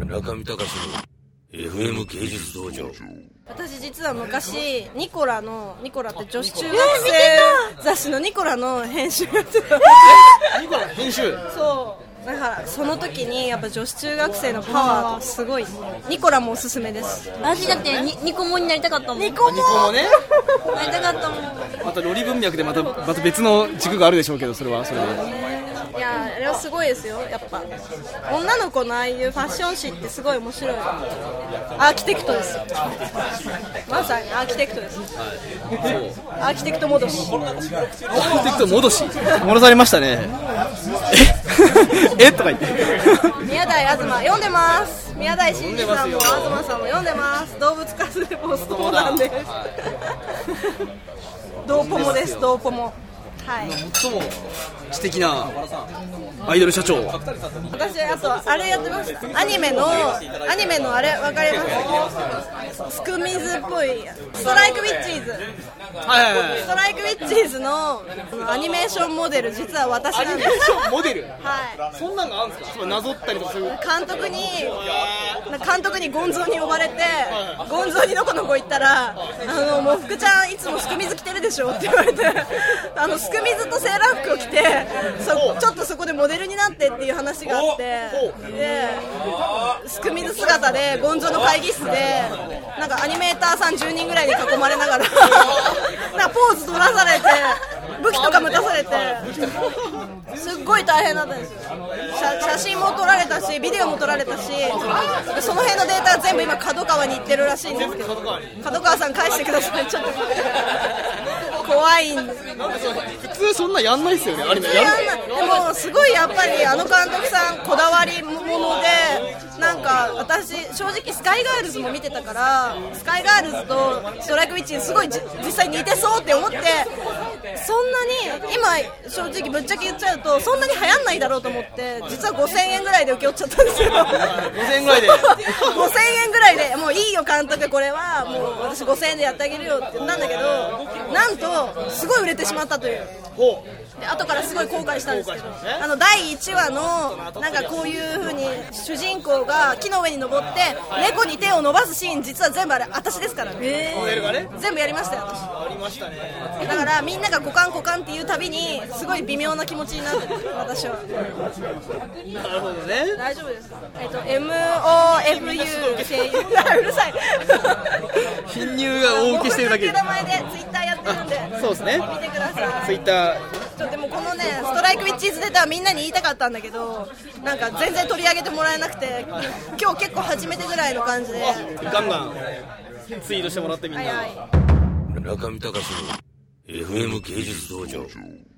中見隆の FM 芸術道場。 私実は昔ニコラって女子中学生雑誌のニコラの編集やってた。 ニコラ編集。 そうだからその時にやっぱ女子中学生のパワーとすごいニコラもおすすめです。 私だってニコモになりたかったもん。 ニコモなね。 りたかったもん。 またロリ文脈でまた別の軸があるでしょうけど、それはそれで。 いやあれはすごいですよ。やっぱ女の子のああいうファッション誌ってすごい面白い。アーキテクトですよ。まさにアーキテクトです。アーキテクト戻し。 アーキテクト戻し。戻されましたね。えとか言って。 宮台東読んでます。宮台真司さんも東さんも読んでます。動物活でポストモダンです。ドーポモです。ドーポモ。はい、 最も知的なアイドル社長。 私あとあれやってます。アニメのあれわかります？スクミズっぽいストライクウィッチーズ。ストライクウィッチーズのアニメーションモデル実は私なんです。 アニメーションモデル。 はい。 そんなのあるんですか？なぞったりとかする。 監督にゴンゾーに呼ばれて、ゴンゾーにのこのこ行ったら、もう福ちゃんいつもスクミズ着てるでしょって言われて、スクミズとセーラー服を着て、ちょっとそこでモデルになってっていう話があって、でスクミズ姿でゴンゾーの会議室でなんかアニメーターさん10人ぐらいに囲まれながらなんかポーズ取らされて武器とか持たされてすっごい大変だったんですよ。写真も撮られたしビデオも撮られたし、その辺のデータは全部今角川に行ってるらしいんですけど、角川さん返してください。ちょっと怖いんです。 普通そんなやんないっすよね、アニメやんない。 でもすごいやっぱり監督さんこだわりもので、なんか私正直スカイガールズも見てたから、スカイガールズとストライクウィッチにすごい実際似てそうって思って、そんなに今正直ぶっちゃけ言っちゃうとそんなに流行んないだろうと思って、実は5000円ぐらいで請け負っちゃったんですよ。 5000円ぐらいで 5000円ぐらいでもういいよ監督、これはもう私5000円でやってあげるよって言ったんだけど、なんとすごい売れてしまったという。で後からすごい後悔したんですけど、第1話のなんかこういう風に主人公が木の上に登って猫に手を伸ばすシーン、実は全部あれ私ですからね。全部やりましたよ私。 ありましたね。 だからみんなが股間っていうたびにすごい微妙な気持ちになってる私は。 なるほどね。 大丈夫ですか？MOFU っていううるさい貧乳が大受けしてるだけ。 僕の名前でツイッターやってるんでそうですね、 見てください。 ツイッターでもこのねストライクウィッチーズ出たらみんなに言いたかったんだけど、なんか全然取り上げてもらえなくて、今日結構初めてぐらいの感じでガンガンツイートしてもらってみんな。 中見隆の FM 芸術道場。